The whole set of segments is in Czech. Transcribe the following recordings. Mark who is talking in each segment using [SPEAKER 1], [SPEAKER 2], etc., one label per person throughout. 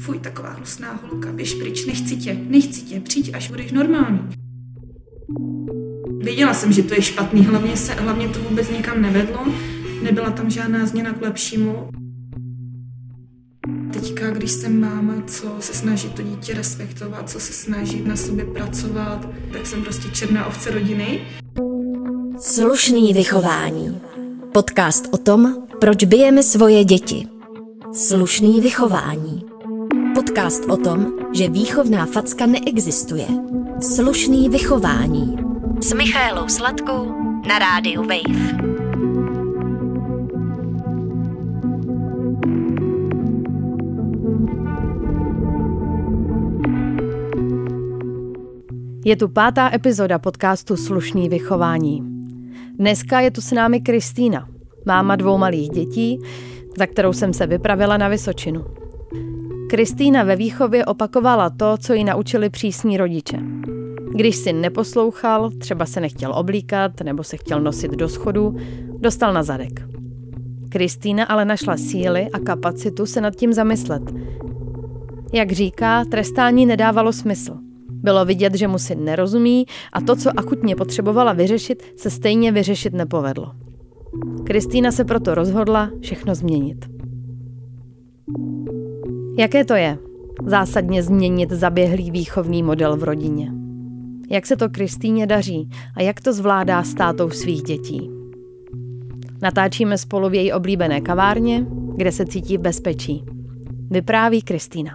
[SPEAKER 1] fuj, taková hnusná holka, běž pryč, nechci tě, přijď, až budeš normální. Věděla jsem, že to je špatný, hlavně to vůbec nikam nevedlo, nebyla tam žádná změna k lepšímu. Teďka, když jsem máma, co se snaží to dítě respektovat, co se snaží na sobě pracovat, tak jsem prostě černá ovce rodiny.
[SPEAKER 2] Slušný vychování. Podcast o tom, proč bijeme svoje děti. Slušný vychování. Podcast o tom, že výchovná facka neexistuje. Slušný vychování. S Michaelou Sladkou na rádiu Wave.
[SPEAKER 3] Je tu 5. epizoda podcastu Slušný vychování. Dneska je tu s námi Kristýna, máma 2 malých dětí, za kterou jsem se vypravila na Vysočinu. Kristýna ve výchově opakovala to, co ji naučili přísní rodiče. Když syn neposlouchal, třeba se nechtěl oblíkat nebo se chtěl nosit do schodu, dostal na zadek. Kristýna ale našla síly a kapacitu se nad tím zamyslet. Jak říká, trestání nedávalo smysl. Bylo vidět, že mu syn nerozumí a to, co akutně potřebovala vyřešit, se stejně vyřešit nepovedlo. Kristýna se proto rozhodla všechno změnit. Jaké to je? Zásadně změnit zaběhlý výchovný model v rodině. Jak se to Kristýně daří a jak to zvládá s tátou svých dětí? Natáčíme spolu v její oblíbené kavárně, kde se cítí v bezpečí. Vypráví Kristýna.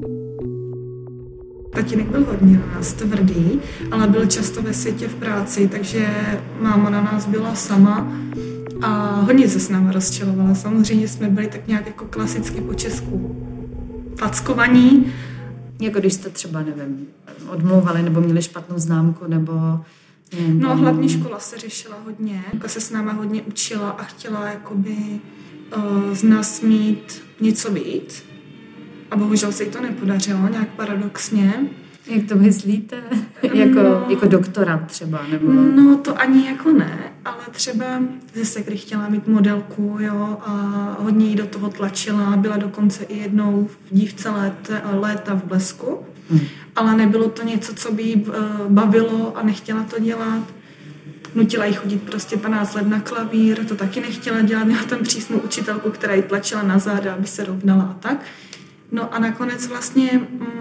[SPEAKER 1] Tatínek byl hodně na nás tvrdý, ale byl často ve světě v práci, takže máma na nás byla sama a hodně se s náma rozčilovala. Samozřejmě jsme byli tak nějak jako klasicky po česku fackovaní.
[SPEAKER 4] Jako když jste třeba, nevím, odmlouvali nebo měli špatnou známku, nebo...
[SPEAKER 1] No hlavně škola se řešila hodně, se s náma hodně učila a chtěla jakoby z nás mít něco víc. A bohužel se jí to nepodařilo, nějak paradoxně.
[SPEAKER 4] Jak to myslíte? Jako doktora třeba? Nebo...
[SPEAKER 1] No to ani jako ne, ale třeba ze sekry chtěla mít modelku, jo, a hodně jí do toho tlačila. Byla dokonce i jednou v dívce léta v Blesku, ale nebylo to něco, co by jí bavilo a nechtěla to dělat. Nutila jí chodit prostě 12 let na klavír, to taky nechtěla dělat. Měla tam přísnou učitelku, která jí tlačila na záda, aby se rovnala a tak. No a nakonec vlastně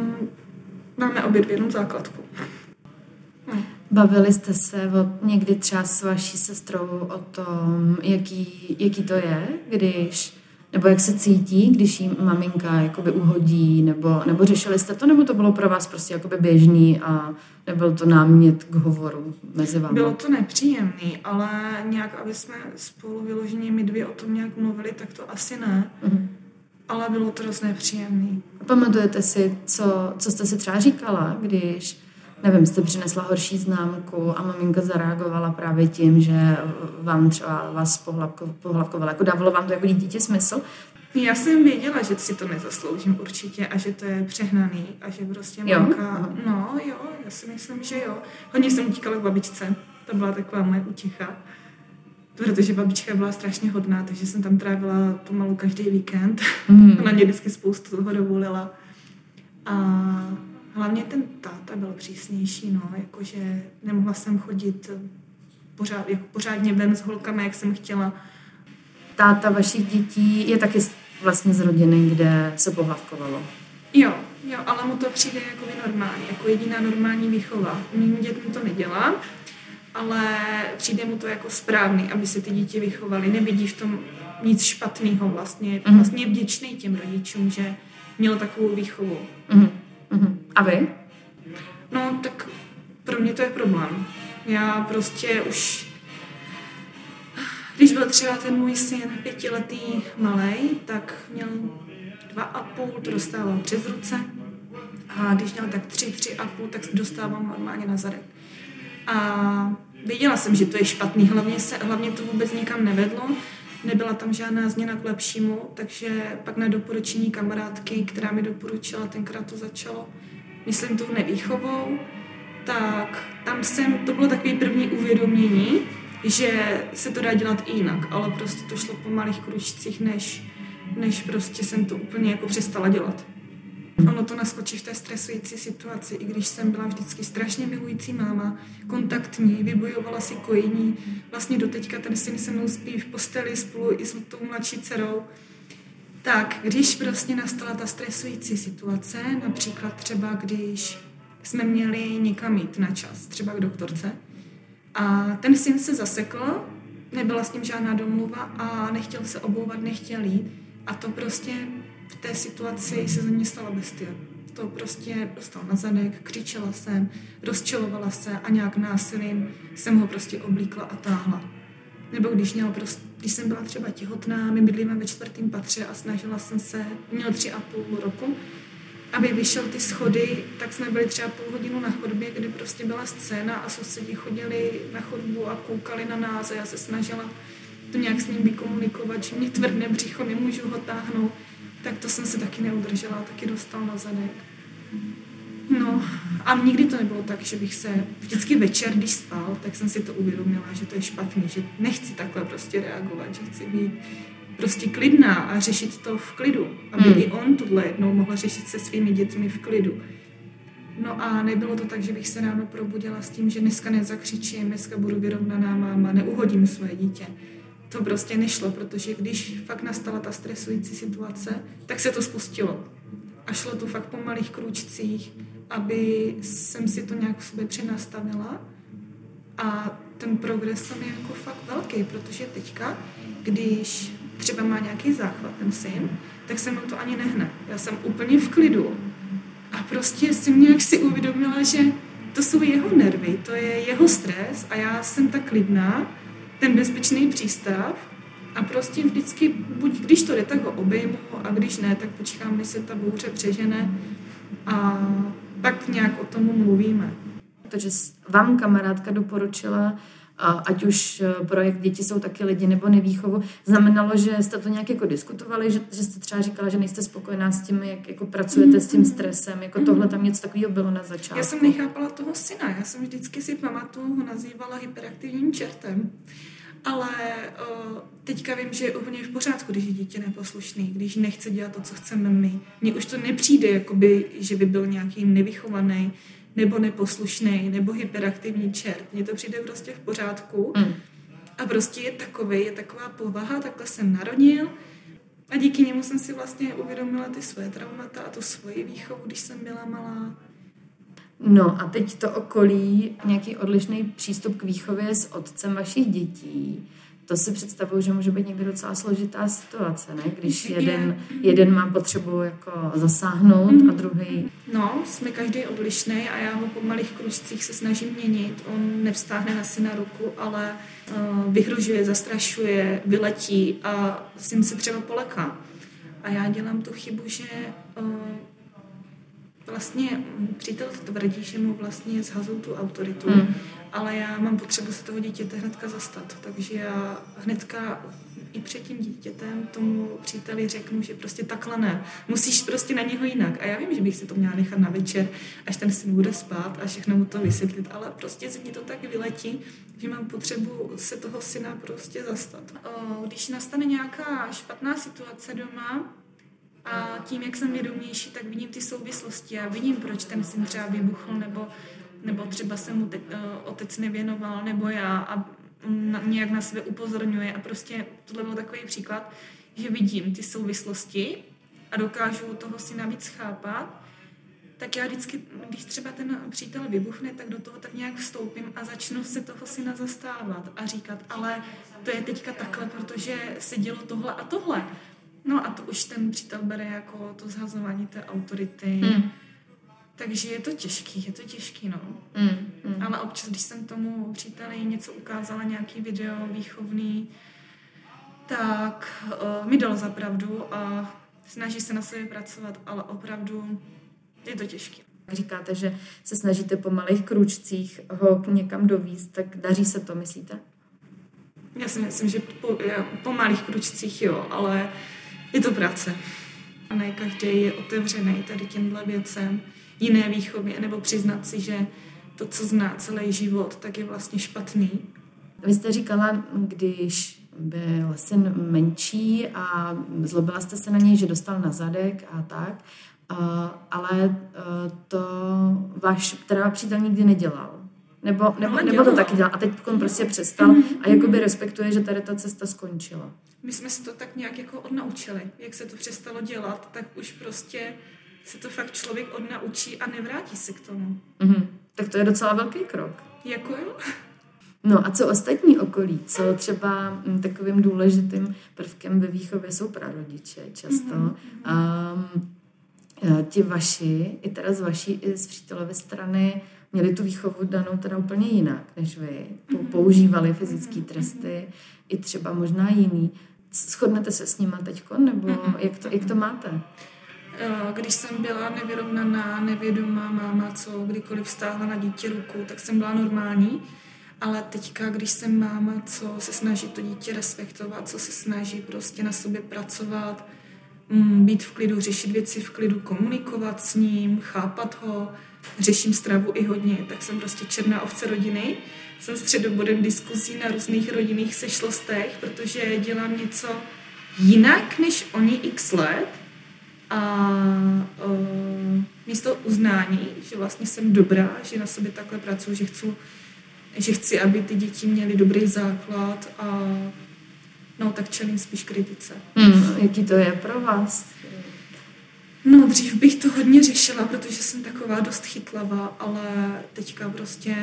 [SPEAKER 1] máme obě 2 jenom základku. No.
[SPEAKER 4] Bavili jste se někdy třeba s vaší sestrou o tom, jaký to je, nebo jak se cítí, když jí maminka jakoby uhodí, nebo řešili jste to, nebo to bylo pro vás prostě jakoby běžný a nebyl to námět k hovoru mezi vámi?
[SPEAKER 1] Bylo to nepříjemný, ale nějak, aby jsme spolu vyloženě my 2 o tom nějak mluvili, tak to asi ne. Ale bylo to dost nepříjemný.
[SPEAKER 4] Pamatujete si, co jste si třeba říkala, když, nevím, jste přinesla horší známku a maminka zareagovala právě tím, že vám třeba vás pohlavkovala, jako dávalo vám to jako dítě smysl?
[SPEAKER 1] Já jsem věděla, že si to nezasloužím určitě a že to je přehnaný a že prostě mamka, já si myslím, že jo. Hodně jsem utíkala k babičce, to byla taková moje útěcha. Protože babička byla strašně hodná, takže jsem tam trávila pomalu každý víkend. Ona mě vždycky spoustu toho dovolila. A hlavně ten táta byl přísnější, no, jakože nemohla jsem chodit pořádně ven s holkami, jak jsem chtěla.
[SPEAKER 4] Táta vašich dětí je taky vlastně z rodiny, kde se pohlavkovalo.
[SPEAKER 1] Jo, ale mu to přijde jako normální, jako jediná normální výchova. Mým dětem to nedělá. Ale přijde mu to jako správný, aby se ty děti vychovaly. Nevidí v tom nic špatného vlastně. Vlastně je vděčný těm rodičům, že měl takovou výchovu.
[SPEAKER 4] A vy?
[SPEAKER 1] No, tak pro mě to je problém. Já prostě už... Když byl třeba ten můj syn 5letý malej, tak měl 2,5, to dostával přes ruce. A když měl tak 3,5, tak dostával normálně na zadek. A věděla jsem, že to je špatný, hlavně to vůbec nikam nevedlo, nebyla tam žádná změna k lepšímu, takže pak na doporučení kamarádky, která mi doporučila, tenkrát to začalo, myslím tou nevýchovou, tak to bylo takový první uvědomění, že se to dá dělat i jinak, ale prostě to šlo po malých kručcích, než prostě jsem to úplně jako přestala dělat. Ono to naskočí v té stresující situaci, i když jsem byla vždycky strašně milující máma, kontaktní, vybojovala si kojení, vlastně doteďka ten syn se mnou spí v posteli spolu i s tou mladší dcerou. Tak, když prostě nastala ta stresující situace, například třeba když jsme měli někam jít na čas, třeba k doktorce, a ten syn se zasekl, nebyla s ním žádná domluva a nechtěl se obouvat, nechtěl jít. A to prostě v té situaci se ze mě stala bestia. To prostě dostal na zadek, křičela jsem, rozčilovala se a nějak násilím jsem ho prostě oblíkla a táhla. Nebo když jsem byla třeba těhotná, my bydlíme ve 4. patře a snažila jsem se, měl 3,5 roku, aby vyšel ty schody, tak jsme byli třeba půl hodinu na chodbě, kdy prostě byla scéna a sousedi chodili na chodbu a koukali na nás a já se snažila to nějak s ním vykomunikovat, že mě tvrdne břicho, nemůžu ho táhnout, tak to jsem se taky neudržela, taky dostal na zadek. No a nikdy to nebylo tak, že bych se vždycky večer, když spal, tak jsem si to uvědomila, že to je špatný, že nechci takhle prostě reagovat, že chci být prostě klidná a řešit to v klidu, aby i on tohle jednou mohl řešit se svými dětmi v klidu. No a nebylo to tak, že bych se ráno probudila s tím, že dneska nezakřičím, dneska budu vyrovnaná máma, neuhodím svoje dítě. To prostě nešlo, protože když fakt nastala ta stresující situace, tak se to spustilo. A šlo to fakt po malých krůčcích, aby jsem si to nějak v sobě přenastavila. A ten progres tam je jako fakt velký, protože teďka, když třeba má nějaký záchvat ten syn, tak se mu to ani nehne. Já jsem úplně v klidu. A prostě jsem nějak si uvědomila, že to jsou jeho nervy, to je jeho stres a já jsem tak klidná, ten bezpečný přístav a prostě vždycky, buď když to jde, tak ho obejmu a když ne, tak počkám, než se ta bouře přežene a pak nějak o tom mluvíme.
[SPEAKER 4] Protože vám kamarádka doporučila, ať už projekt Děti jsou taky lidi nebo Nevýchovu, znamenalo, že jste to nějak jako diskutovali, že jste třeba říkala, že nejste spokojená s tím, jak jako pracujete s tím stresem, jako tohle tam něco takového bylo na začátku.
[SPEAKER 1] Já jsem nechápala toho syna, já jsem vždycky si pamatuju, ho nazývala hyperaktivním čertem, ale teďka vím, že je úplně v pořádku, když je dítě neposlušný, když nechce dělat to, co chceme my. Mně už to nepřijde, jakoby, že by byl nějaký nevychovaný, nebo neposlušný, nebo hyperaktivní čert. Mně to přijde prostě v pořádku. A prostě je taková povaha, takhle jsem narodil a díky němu jsem si vlastně uvědomila ty svoje traumata a tu svoji výchovu, když jsem byla malá.
[SPEAKER 4] No a teď to okolí, nějaký odlišný přístup k výchově s otcem vašich dětí. To si představuju, že může být někdy docela složitá situace, ne? Když jeden má potřebu jako zasáhnout a druhý...
[SPEAKER 1] No, jsme každý odlišný a já ho po malých kružcích se snažím měnit. On nevstáhne na syna ruku, ale vyhrožuje, zastrašuje, vyletí a syn se třeba poleká. A já dělám tu chybu, že vlastně přítel tvrdí, že mu vlastně zhazují tu autoritu, ale já mám potřebu se toho dítěte hnedka zastat, takže já hnedka i před tím dítětem tomu příteli řeknu, že prostě takhle ne, musíš prostě na něho jinak. A já vím, že bych si to měla nechat na večer, až ten syn bude spát a všechno mu to vysvětlit, ale prostě se mi to tak vyletí, že mám potřebu se toho syna prostě zastat. Když nastane nějaká špatná situace doma, a tím, jak jsem vědomější, tak vidím ty souvislosti a vidím, proč ten syn třeba vybuchl, nebo třeba se mu otec nevěnoval, nebo já a nějak na sebe upozorňuje. A prostě tohle byl takový příklad, že vidím ty souvislosti a dokážu toho syna víc chápat. Tak já vždycky, když třeba ten přítel vybuchne, tak do toho tak nějak vstoupím a začnu se toho syna zastávat a říkat, ale to je teďka takhle, protože se dělo tohle a tohle. No a to už ten přítel bere jako to zhazování té autority. Takže je to těžký, no. Ale občas, když jsem tomu příteli něco ukázala, nějaký video výchovný, tak mi dal za pravdu a snaží se na sobě pracovat, ale opravdu je to těžké.
[SPEAKER 4] Říkáte, že se snažíte po malých kručcích ho někam dovízt, tak daří se to, myslíte?
[SPEAKER 1] Já si myslím, že po malých kručcích jo, ale je to práce. A ne každý je otevřený tady těmhle věcem, jiné výchově, nebo přiznat si, že to, co zná celý život, tak je vlastně špatný.
[SPEAKER 4] Vy jste říkala, když byl syn menší a zlobila jste se na něj, že dostal na zadek a tak, ale to váš teda přítel nikdy nedělal. Nebo to taky dělal a teď prostě přestal a jakoby respektuje, že tady ta cesta skončila.
[SPEAKER 1] My jsme se to tak nějak jako odnaučili. Jak se to přestalo dělat, tak už prostě se to fakt člověk odnaučí a nevrátí se k tomu.
[SPEAKER 4] Tak to je docela velký krok.
[SPEAKER 1] Jako jo?
[SPEAKER 4] No a co ostatní okolí? Co třeba takovým důležitým prvkem ve výchově jsou prarodiče často. Ti vaši, i teda z vaší, i z přítelovy strany měli tu výchovu danou teda úplně jinak než vy. Používali fyzické tresty i třeba možná jiný. Shodnete se s nima teďko, nebo jak to máte?
[SPEAKER 1] Když jsem byla nevyrovnaná, nevědomá máma, co kdykoliv stáhla na dítě ruku, tak jsem byla normální. Ale teďka, když jsem máma, co se snaží to dítě respektovat, co se snaží prostě na sobě pracovat, být v klidu, řešit věci v klidu, komunikovat s ním, chápat ho, řeším stravu i hodně, tak jsem prostě černá ovce rodiny. Jsem středobodem diskuzí na různých rodinných sešlostech, protože dělám něco jinak než oni x let a místo uznání, že vlastně jsem dobrá, že na sobě takhle pracuji, že chci, aby ty děti měly dobrý základ a no tak čelím spíš kritice.
[SPEAKER 4] Jaký to je pro vás?
[SPEAKER 1] No dřív bych to hodně řešila, protože jsem taková dost chytlavá, ale teďka prostě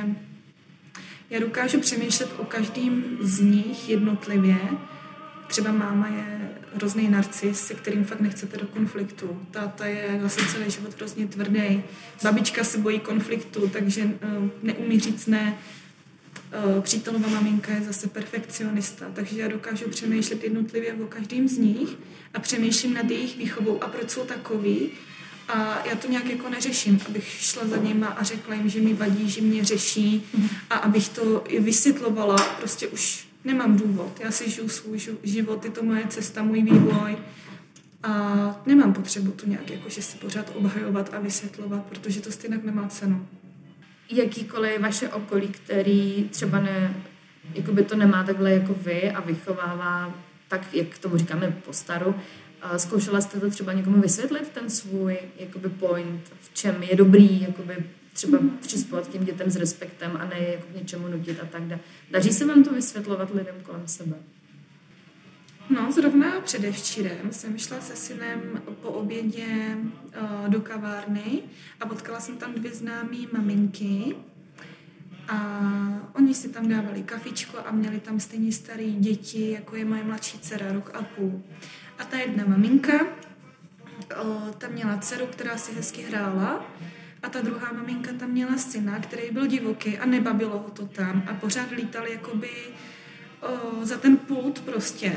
[SPEAKER 1] já dokážu přemýšlet o každém z nich jednotlivě. Třeba máma je hrozný narcis, se kterým fakt nechcete do konfliktu. Táta je zase celý život hrozně tvrdý. Babička se bojí konfliktu, takže neumí říct ne. Přítelová maminka je zase perfekcionista, takže já dokážu přemýšlet jednotlivě o každém z nich a přemýšlím nad jejich výchovou a proč jsou takový. A já to nějak jako neřeším, abych šla za nima a řekla jim, že mi vadí, že mě řeší a abych to i vysvětlovala, prostě už nemám důvod. Já si žiju svůj život, je to moje cesta, můj vývoj a nemám potřebu to nějak jako, že se pořád obhajovat a vysvětlovat, protože to stejně nemá cenu.
[SPEAKER 4] Jakýkoliv vaše okolí, který třeba jakoby to nemá takhle jako vy a vychovává tak, jak tomu říkáme po staru, zkoušela jste to třeba někomu vysvětlit, ten svůj jakoby point, v čem je dobrý, jakoby třeba přispěvat k těm dětem s respektem a ne jako k něčemu nutit a tak dále. Daří se vám to vysvětlovat lidem kolem sebe?
[SPEAKER 1] No, zrovna předevčírem jsem šla se synem po obědě do kavárny a potkala jsem tam 2 známé maminky a oni si tam dávali kafičko a měli tam stejně starý děti, jako je moje mladší dcera, 1,5 roku. A ta jedna maminka, tam měla dceru, která si hezky hrála a ta druhá maminka tam měla syna, který byl divoký a nebavilo ho to tam a pořád lítal jakoby za ten pult prostě.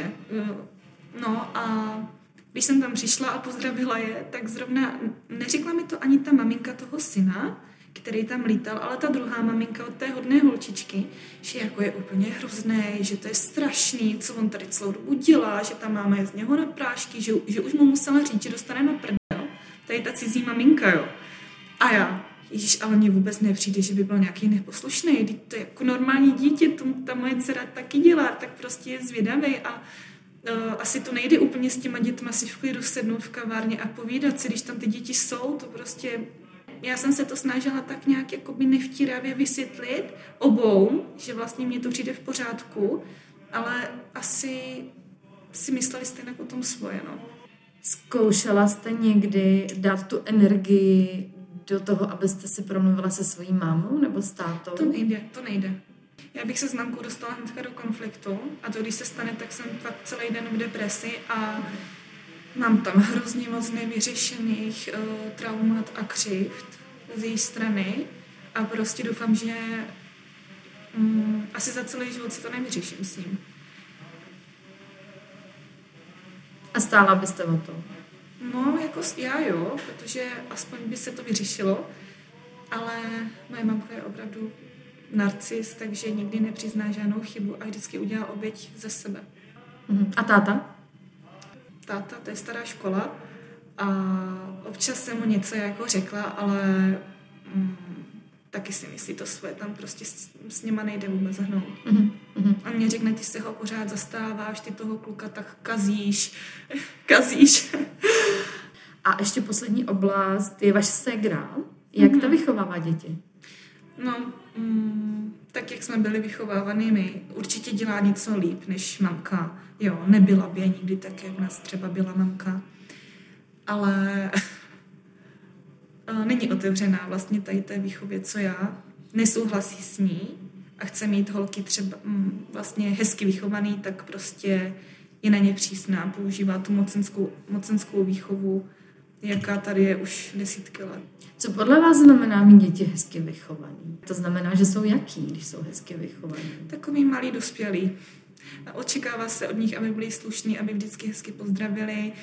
[SPEAKER 1] No a když jsem tam přišla a pozdravila je, tak zrovna neřekla mi to ani ta maminka toho syna, který tam lítal, ale ta druhá maminka od té hodné holčičky, že jako je úplně hrozný, že to je strašný, co on tady celou dobu dělá, že ta máma je z něho na prášky, že už mu musela říct, že dostane na prdel. To je ta cizí maminka, jo. A já, ježiš, ale mně vůbec nepřijde, že by byl nějaký neposlušný, to je jako normální dítě, to ta moje dcera taky dělá, tak prostě je zvědavý a asi to nejde úplně s těma dětma si v klidu sednout v kavárně a povídat si, když tam ty děti jsou, to prostě... Já jsem se to snažila tak nějak jakoby nevtíravě vysvětlit obou, že vlastně mně to přijde v pořádku, ale asi si mysleli stejně o tom svoje, no.
[SPEAKER 4] Zkoušela jste někdy dát tu energii do toho, abyste si promluvila se svojí mámou nebo s tátou?
[SPEAKER 1] To nejde. Já bych se s mamkou dostala hnedka do konfliktu a to, když se stane, tak jsem fakt celý den v depresi a mám tam hrozně moc nevyřešených traumat a křivd z její strany a prostě doufám, že asi za celý život si to nevyřeším s ním.
[SPEAKER 4] A stála byste o to?
[SPEAKER 1] No, jako já jo, protože aspoň by se to vyřešilo, ale moje mamka je opravdu narcis, takže nikdy nepřizná žádnou chybu a vždycky udělá oběť ze sebe.
[SPEAKER 4] A táta?
[SPEAKER 1] Táta, to je stará škola a občas jsem mu něco jako řekla, ale taky si myslí to svoje, tam prostě s něma nejde vůbec hnout. A mě řekne, ty se ho pořád zastáváš, ty toho kluka tak kazíš.
[SPEAKER 4] A ještě poslední oblast je vaše ségra. Jak ta vychovává děti?
[SPEAKER 1] No, tak jak jsme byli vychovávaní my, určitě dělá něco líp než mamka. Jo, nebyla by nikdy tak, jak nás třeba byla mamka. Ale není otevřená vlastně tady té výchově, co já. Nesouhlasí s ní a chce mít holky třeba vlastně hezky vychovaný, tak prostě je na ně přísná, používá tu mocenskou výchovu, jaká tady je už desítky let.
[SPEAKER 4] Co podle vás znamená mít děti hezky vychovaný? To znamená, že jsou jaký, když jsou hezky vychovaný?
[SPEAKER 1] Takový malí dospělí. Očekává se od nich, aby byli slušní, aby vždycky hezky pozdravili.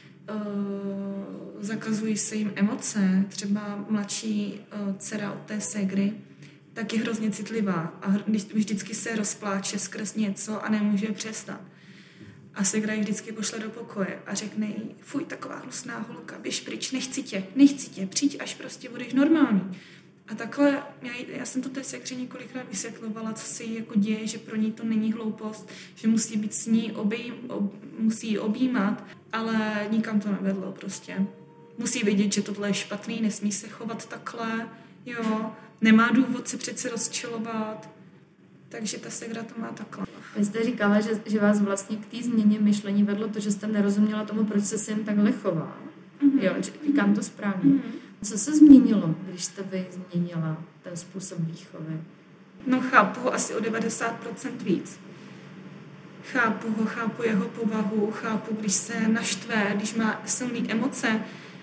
[SPEAKER 1] Zakazují se jim emoce. Třeba mladší dcera od té ségry, tak je hrozně citlivá a vždycky se rozpláče skrz něco a nemůže přestat. A ségra ji vždycky pošle do pokoje a řekne jí, fuj, taková hnusná holka, běž pryč, nechci tě, přijď, až prostě budeš normální. A takhle, já jsem to té ségře několikrát vysvětlovala, co se jí jako děje, že pro ní to není hloupost, že musí být s ní, musí ji objímat, ale nikam to nevedlo prostě. Musí vědět, že tohle je špatný, nesmí se chovat takhle, jo, nemá důvod se přece rozčilovat, takže ta ségra to má takhle.
[SPEAKER 4] Vy jste říkala, že vás vlastně k té změně myšlení vedlo to, že jste nerozuměla tomu, proč se syn takhle chová. Jo, říkám to správně. Co se změnilo, když jste vy změnila ten způsob výchovy?
[SPEAKER 1] No chápu ho asi o 90% víc. Chápu jeho povahu, chápu, když se naštve, když má silné emoce.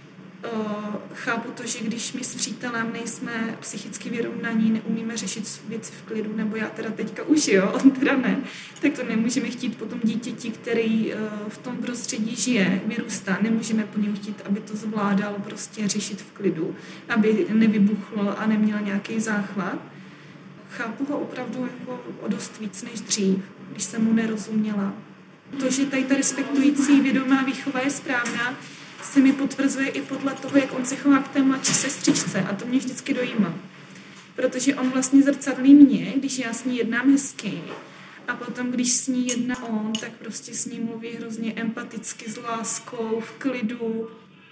[SPEAKER 1] Chápu to, že když my s přítelem nejsme psychicky vyrovnaní, neumíme řešit věci v klidu, nebo já teda teďka už, jo, on teda ne, tak to nemůžeme chtít po tom dítěti, který v tom prostředí žije, vyrůstá. Nemůžeme po něm chtít, aby to zvládal prostě řešit v klidu, aby nevybuchlo a neměl nějaký záchvat. Chápu ho opravdu jako o dost víc než dřív, když jsem mu nerozuměla. To, že tady ta respektující vědomá výchova je správná, se mi potvrzuje i podle toho, jak on se chová k té mladší sestřičce a to mě vždycky dojímá. Protože on vlastně zrcadlí mě, když já s ní jednám hezky a potom, když s ní jedná on, tak prostě s ní mluví hrozně empaticky, s láskou, v klidu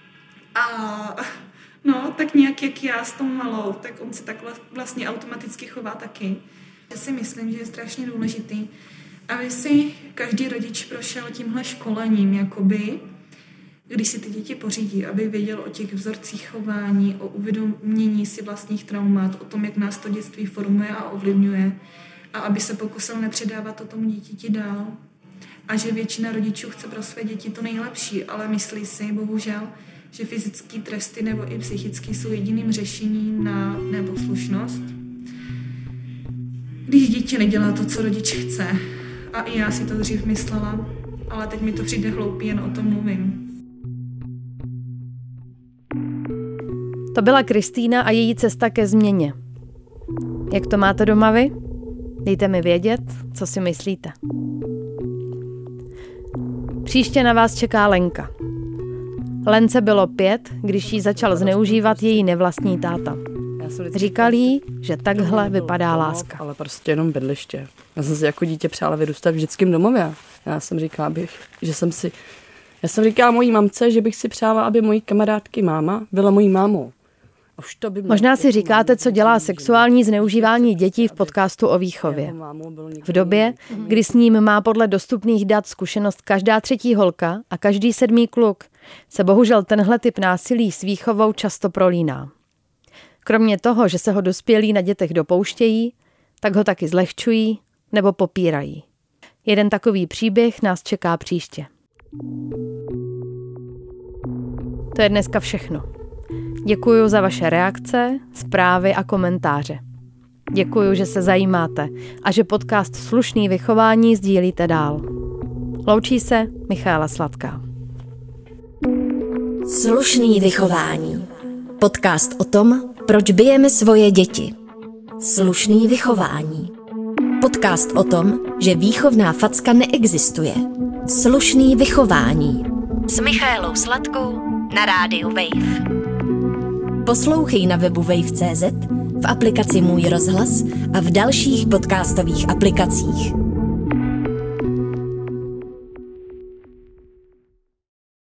[SPEAKER 1] a no, tak nějak jak já s tou malou, tak on se takhle vlastně automaticky chová taky. Já si myslím, že je strašně důležitý, aby si každý rodič prošel tímhle školením, jakoby, když si ty děti pořídí, aby věděl o těch vzorcích chování, o uvědomění si vlastních traumat, o tom, jak nás to dětství formuje a ovlivňuje a aby se pokusil nepředávat to tomu dítěti dál. A že většina rodičů chce pro své děti to nejlepší, ale myslí si, bohužel, že fyzické tresty nebo i psychické jsou jediným řešením na neposlušnost. Když dítě nedělá to, co rodič chce, a i já si to dřív myslela, ale teď mi to přijde hloupý, jen o tom mluvím.
[SPEAKER 3] To byla Kristýna a její cesta ke změně. Jak to máte doma vy? Dejte mi vědět, co si myslíte. Příště na vás čeká Lenka. Lence bylo 5, když jí začal zneužívat její nevlastní táta. Říkal jí, že takhle vypadá láska.
[SPEAKER 5] Ale prostě jenom bydliště. Já jsem si jako dítě přála vyrůstat v dětském domově. Já jsem říkala mojí mamce, že bych si přála, aby mojí kamarádky máma byla mojí mámou.
[SPEAKER 3] Možná si říkáte, co dělá sexuální zneužívání dětí v podcastu o výchově. V době, kdy s ním má podle dostupných dat zkušenost každá 3. holka a každý 7. kluk, se bohužel tenhle typ násilí s výchovou často prolíná. Kromě toho, že se ho dospělí na dětech dopouštějí, tak ho taky zlehčují nebo popírají. Jeden takový příběh nás čeká příště. To je dneska všechno. Děkuju za vaše reakce, zprávy a komentáře. Děkuju, že se zajímáte a že podcast Slušný vychování sdílíte dál. Loučí se Michaela Sladká.
[SPEAKER 2] Slušný vychování. Podcast o tom, proč bijeme svoje děti. Slušný vychování. Podcast o tom, že výchovná facka neexistuje. Slušný vychování. S Michaelou Sladkou na rádiu Wave. Poslouchej na webu wave.cz, v aplikaci Můj rozhlas a v dalších podcastových aplikacích.